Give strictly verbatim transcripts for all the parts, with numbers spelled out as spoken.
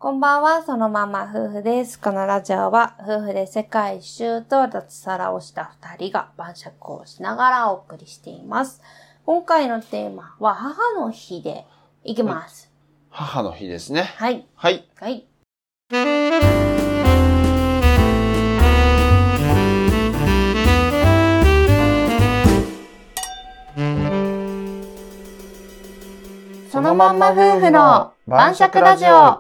こんばんは、そのまま夫婦です。このラジオは夫婦で世界一周と脱サラをした二人が晩酌をしながらお送りしています。今回のテーマは母の日でいきます。 はい、母の日ですね。 はい。 はい。 はい。そのまんま夫婦の晩酌ラジオ。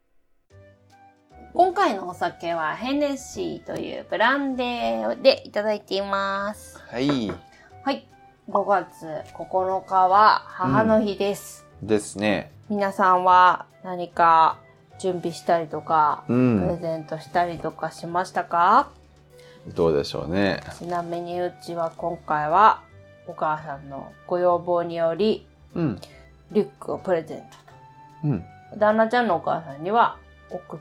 今回のお酒はヘネシーというブランデーでいただいています。 はい。 はい。ごがつここのかは母の日です。 うん、ですね。 皆さんは何か準備したりとか、 うん、 プレゼントしたりとかしましたか？ どうでしょうね。 ちなみにうちは今回はお母さんのご要望により、 うん、 リュックをプレゼントと。 うん、 旦那ちゃんのお母さんには送って、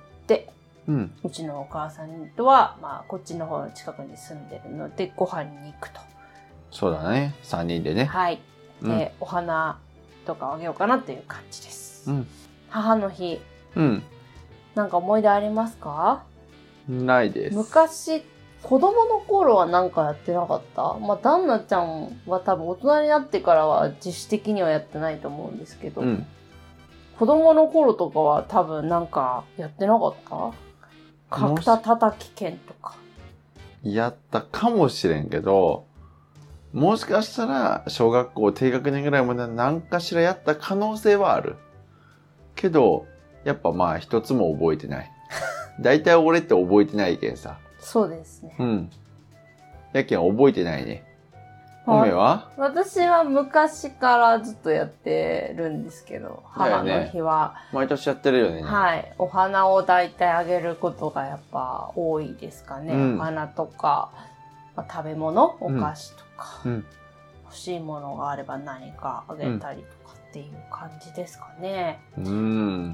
うん、 うちのお母さんとは、まあ、こっちの方の近くに住んでるので、ご飯に行くと。 そうだね。さんにんでね。 はい。で、 うん、 お花とかあげようかなっていう感じです。 うん、 母の日。 うん。 なんか思い出ありますか？ ないです。 昔、子供の頃はなんかやってなかった？まあ、旦那ちゃんは多分大人になってからは自主的にはやってないと思うんですけど、 うん、 子供の頃とかは多分なんかやってなかった？角田叩き券とか。 やったかもしれんけど、もしかしたら小学校低学年ぐらいまで何かしらやった可能性はある。けど、やっぱまあ一つも覚えてない。だいたい俺って覚えてないけんさ。 そうですね。 うん。やけん覚えてないね。おめは？ 私は昔からずっとやってるんですけど、母の日は、 ね、毎年やってるよね。 はい。お花をだいたいあげることがやっぱ多いですかね。うん、お花とか、まあ、食べ物、お菓子とか、うん、欲しいものがあれば何かあげたりとかっていう感じですかね。 うん、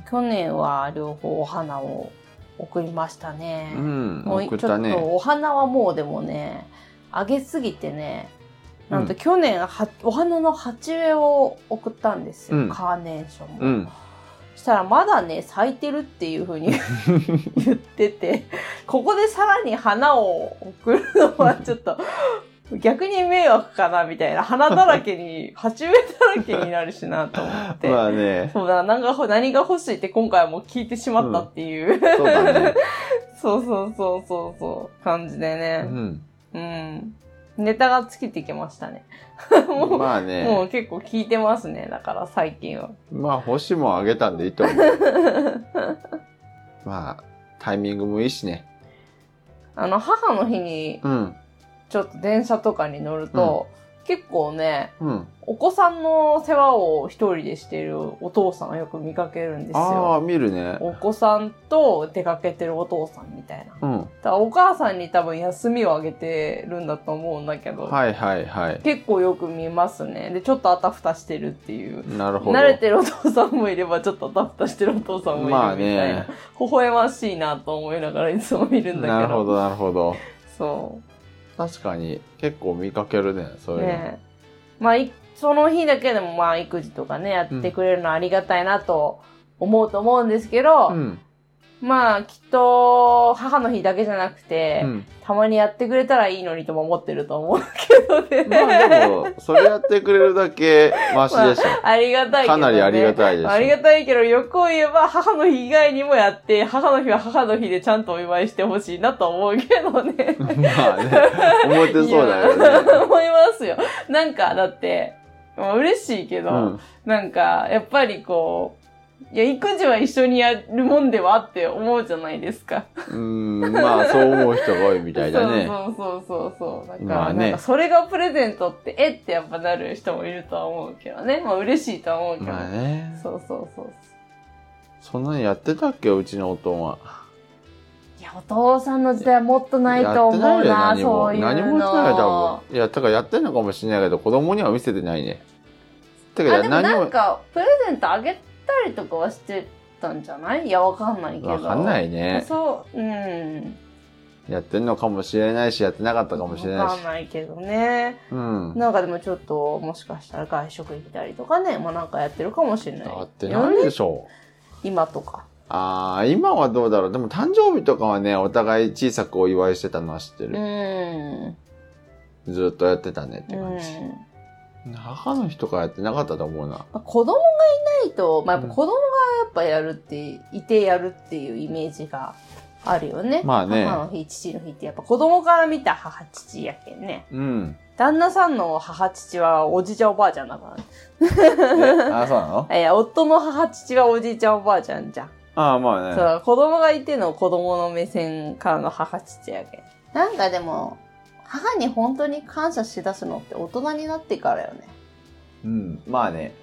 去年は両方お花を送りましたね。 うん、 もうちょっとお花はもうでもね、あげすぎてね、なんと去年はお花の鉢植えを送ったんですよ。うん、カーネーションも。うん、したらまだね、咲いてるっていう風に言ってて、ここでさらに花を送るのはちょっと逆に迷惑かなみたいな。花だらけに、鉢植えだらけになるしなと思って。 まあね。 そうだ、なんか何が欲しいって今回はもう聞いてしまったっていう。うん、 そうだね。 そうそうそうそうそう、感じでね。うん。うんネタが尽きてきましたね。もうまあね。 もう結構聞いてますね。だから最近は。 まあ星もあげたんでいいと思う。まあタイミングもいいしね。 あの母の日にちょっと電車とかに乗ると、うん、結構ね、うん、お子さんの世話を一人でしているお父さんをよく見かけるんですよ。 ああ、見るね。 お子さんと出かけてるお父さんみたいな。うん、だからお母さんに多分休みをあげてるんだと思うんだけど。 はいはいはい。 結構よく見ますね。で、ちょっとあたふたしてるっていう。 なるほど。 慣れてるお父さんもいれば、ちょっとあたふたしてるお父さんもいるみたいな。まあね。微笑ましいなと思いながらいつも見るんだけど。 なるほどなるほど。 そう。 確かに結構見かけるね、そういうの。ね、 まあ、その日だけでもまあ育児とかね、やってくれるのはありがたいなと思うと思うんですけど、うん、まあきっと母の日だけじゃなくて、うん、たまにやってくれたらいいのにとも思ってると思うけどね。 まあでも、それやってくれるだけマシでしょ。 まあ、ありがたいけど、ね。 かなりありがたいでしょ。 ありがたいけど、欲を言えば母の日以外にもやって、母の日は母の日でちゃんとお祝いしてほしいなと思うけどね。 まあね、思ってそうだよね。 思いますよ。なんか、だって、まあ、嬉しいけど、うん、なんか、やっぱりこう、いや、育児は一緒にやるもんではって思うじゃないですか。 うーん、まあそう思う人が多いみたいだね。 そうそうそうそう。なんか、 まあね、 なんかそれがプレゼントって、えってやっぱなる人もいるとは思うけどね。まあ嬉しいとは思うけど。 まあね。 そうそうそう。 そんなにやってたっけ、うちのおとんは。 いや、お父さんの時代はもっとないと思うな、そういうの。 何もやってないよ、多分。いや、だからやってんのかもしれないけど、子供には見せてないね。 てか、あ、でもなんか、プレゼントあげたりとかはしてたんじゃない？いや、わかんないけど。 わかんないね。 そう、うん。 やってんのかもしれないし、やってなかったかもしれないし。 わかんないけどね。うん。なんかでもちょっと、もしかしたら外食行ったりとかね、まあなんかやってるかもしれない。 やってないでしょ。 今とか。 ああ、今はどうだろう。でも誕生日とかはね、お互い小さくお祝いしてたのは知ってる。 うん。 ずっとやってたねって感じ。うん、母の日とかやってなかったと思うな。 まあ、子供がいないと、まあ、やっぱ子供がやっぱやるって、いてやるっていうイメージがあるよね。 まあね。 母の日、父の日ってやっぱ子供から見た母父やけんね。 うん。 旦那さんの母父はおじいちゃんおばあちゃんだからね。 あ、そうなの？ いや、夫の母父はおじいちゃんおばあちゃんじゃん。 ああ、まあね。 そう、子供がいての子供の目線からの母父やけん。なんかでも、母に本当に感謝しだすのって大人になってからよね。 うん、まあね。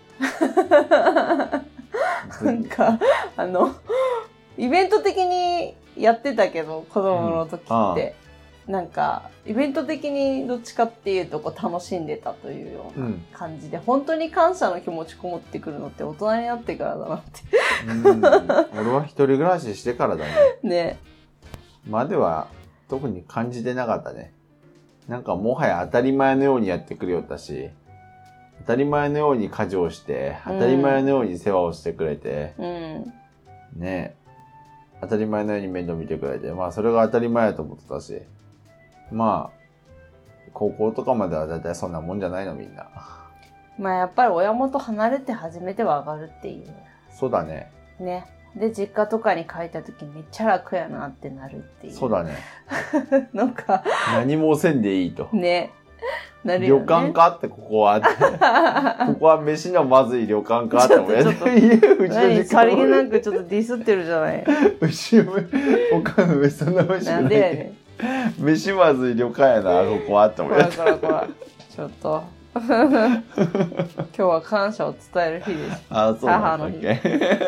なんか、あの、イベント的にやってたけど、子供の時って。うん、なんか、イベント的にどっちかっていうとこう楽しんでたというような感じで、うん、本当に感謝の気持ちこもってくるのって大人になってからだなって。 うん、俺は一人暮らししてからだね。 ね。 までは特に感じてなかったね。なんかもはや当たり前のようにやってくれよったし、当たり前のように家事をして、当たり前のように世話をしてくれて、うん、ね、当たり前のように面倒見てくれて、まあそれが当たり前だと思ってたし、まあ、高校とかまではだいたいそんなもんじゃないのみんな。 まあやっぱり親元離れて初めては上がるっていう。 そうだね。 ね。で、実家とかに帰った時めっちゃ楽やなってなるっていう。 そうだね。 なんか。 何もせんでいいと。 ね。なるよね。 旅館かってここはって。ここは飯のまずい旅館かって思う。ちょっと、 何さりげなくちょっとディスってるじゃない。 うちの、他の別の飯なんでやねん。飯まずい旅館やな、ここはって思う。 こらこらこら。ちょっと。今日は感謝を伝える日です。 あ、そうなんだっけ。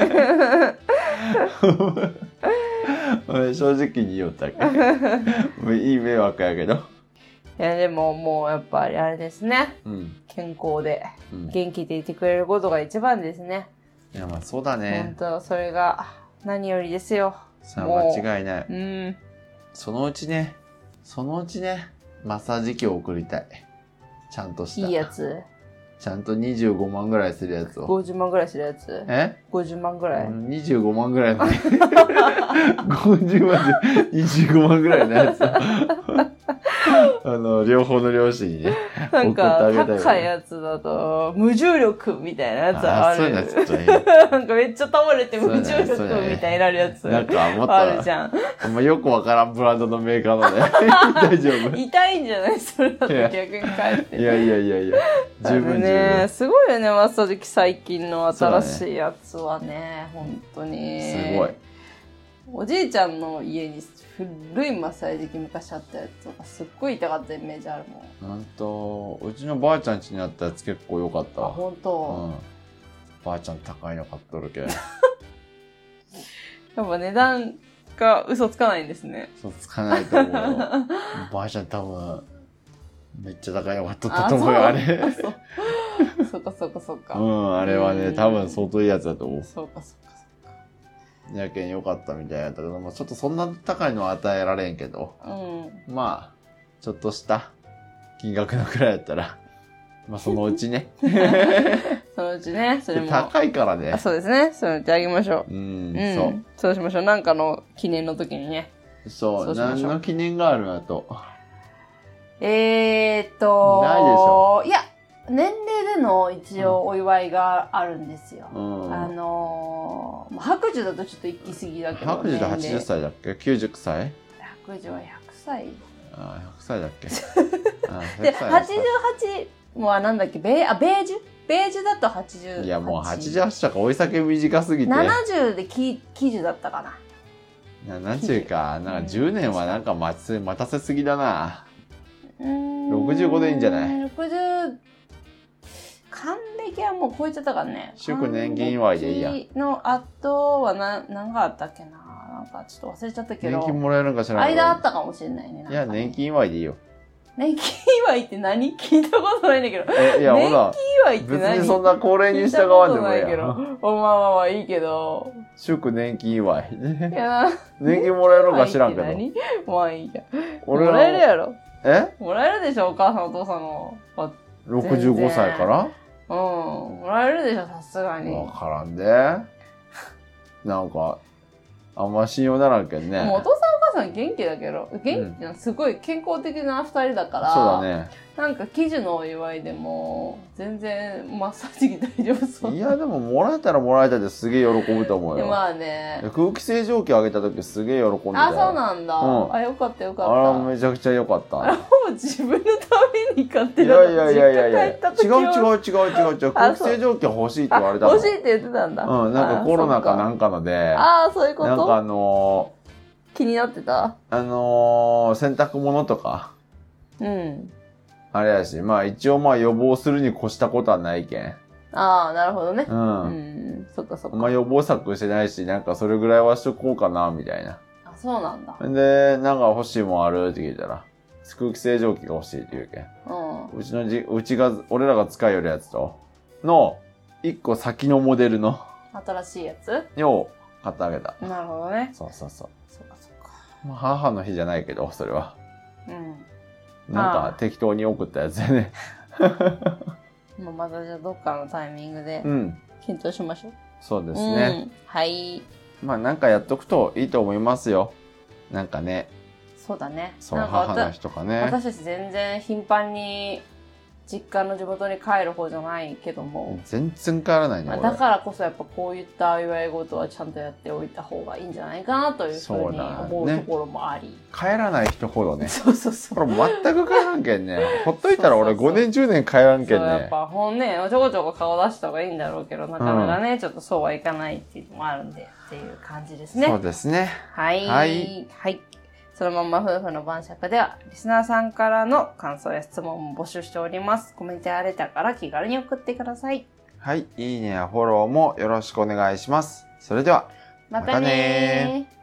正直に言おったっけ。いい迷惑やけど。 いやでももうやっぱりあれですね。うん、健康で元気でいてくれることが一番ですね。 いやまあそうだね。 本当それが何よりですよ。 さあ間違いない。 うん。 そのうちね、そのうちね、マッサージ機を送りたい。ちゃんとした。 いいやつ。 ちゃんとにじゅうごまんぐらいするやつを。 ごじゅうまんぐらいするやつ。 え ? ごじゅうまんぐらい。 にじゅうごまんぐらいの。ごじゅうまんでにじゅうごまんぐらいのやつを。あの、両方の両親にね。 なんか、高いやつだと、無重力みたいなやつある。 あ、そういうやつちょっとね。 なんかめっちゃ倒れて無重力みたいになるやつ。 なんかもっと。 あるじゃん。 あんまよくわからんブランドのメーカーのね。大丈夫。 痛いんじゃないそれだと逆に返って。 いやいやいやいや。十分十分。 ね、すごいよね、マッサージ機最近の新しいやつはね、本当に。 すごい。 おじいちゃんの家に古いマッサージ機昔あったやつとかすっごい痛かったイメージあるもん。 ほんと、うちのばあちゃん家にあったやつ結構良かったわ。 あ、ほんと。 うん。ばあちゃん高いの買っとるけ。 やっぱ値段が嘘つかないんですね。 嘘つかないと思うよ。ばあちゃん多分、めっちゃ高いの買っとったと思うよ、あれ。 そっかそっかそっか。 うん、あれはね、多分相当いいやつだと思う。 そうかそっか。 やけん良かったみたいだったけど、まあ、ちょっとそんな高いのは与えられんけど、うん、まあ、ちょっとした金額のくらいだったら、まあそのうちね。 そのうちね、それも。 高いからね。 そうですね。そのうちあげましょう。 うん、うん、そう。 そうしましょう。なんかの記念の時にね。 そう、そう何の記念があるあと。 えーっと、 ないでしょ。 いや、年齢での一応お祝いがあるんですよ。うん、あのー、白寿だとちょっと行き過ぎだけど。 白寿ではちじゅっさいだっけ ?きゅうじゅっさい白寿はひゃくさい。 ああ、ひゃくさいだっけあで、はちじゅうはちもうなんだっけベー、あ、ベージュベージュだとはちじゅうはち。 いや、もうはちじゅうはちとか追い先短すぎて。 ななじゅうで喜寿だったかな。ななじゅうか。なんかじゅうねんはなんか待つ、待たせすぎだな。ろくじゅうごでいいんじゃない ?ろくじゅう、 還暦はもう超えちゃったからね。 祝年金祝いでいいや。 の後はな、何があったっけな。なんかちょっと忘れちゃったけど。 年金もらえるんか知らないけど。 間あったかもしれないね。 いや、年金祝いでいいよ。 年金祝いって何聞いたことないんだけど。 え、いや、ほら。 年金祝いって何別にそんな高齢に従わんでもいいや。 聞いたことないけど。まあまあまあいいけど。 祝年金祝い。 いや年金もらえるんか知らんけど。 何まあいいや。もらえるやろ。 えもらえるでしょお母さんお父さんの。 ろくじゅうごさいからうん。もらえるでしょさすがに。 わからんで。なんか、 あんま信用ならんけんね。 もうお父さんお母さん元気だけど、元気な、すごい健康的な二人だから、 そうだね。 なんか喜寿のお祝いでも、全然マッサージ機大丈夫そう。 いや、でももらえたらもらえたですげえ喜ぶと思うよ。 まあね。 空気清浄機あげた時すげえ喜んでたよ。 あ、そうなんだ。うん、あ、よかったよかった。 あら、めちゃくちゃよかった。 あれ、ほぼ自分のために買ってたの。いやいやいやいやいや。違う違う違違う違う違う。空気清浄機欲しいって言われたの。 欲しいって言ってたんだ。 うん、なんかコロナかなんかので。 ああ、そういうこと。 なんかあのー、気になってたあのー、洗濯物とか。 うん。 あれやし、まあ一応まあ予防するに越したことはないけん。 ああ、なるほどね。 うん。 うん。そっかそっか。 まあ予防策してないし、なんかそれぐらいはしとこうかな、みたいな。 あ、そうなんだ。 で、なんか欲しいもんあるって聞いたら、空気清浄機が欲しいって言うけん。 うん。 うちのじ、うちが、俺らが使いよるやつと、の、一個先のモデルの。 新しいやつを買ってあげた。 なるほどね。 そうそうそう。 そっかそっか。 まあ母の日じゃないけど、それは。 うん。 なんか適当に送ったやつでね。 まあまたじゃあどっかのタイミングで検討しましょう。うん、 そうですね、 うん。はい。 まあなんかやっとくといいと思いますよ。なんかね。 そうだね。 そう、母の日とかね。 私たち全然頻繁に実家の地元に帰る方じゃないけども。 全然帰らないね。 だからこそやっぱこういったお祝い事はちゃんとやっておいた方がいいんじゃないかなというふうに思うところもあり。ね、 帰らない人ほどね。 そうそうそう。 これ全く帰らんけんね。ほっといたら俺ごねんじゅうねん帰らんけんね。そうやっぱほんね、ちょこちょこ顔出した方がいいんだろうけど、なかなかね、うん、ちょっとそうはいかないっていうのもあるんで、っていう感じですね。 そうですね。 はい。はい。はいそのまんま夫婦の晩酌では、リスナーさんからの感想や質問も募集しております。コメントやレターから気軽に送ってください。 はい。いいねやフォローもよろしくお願いします。それでは、 またねー。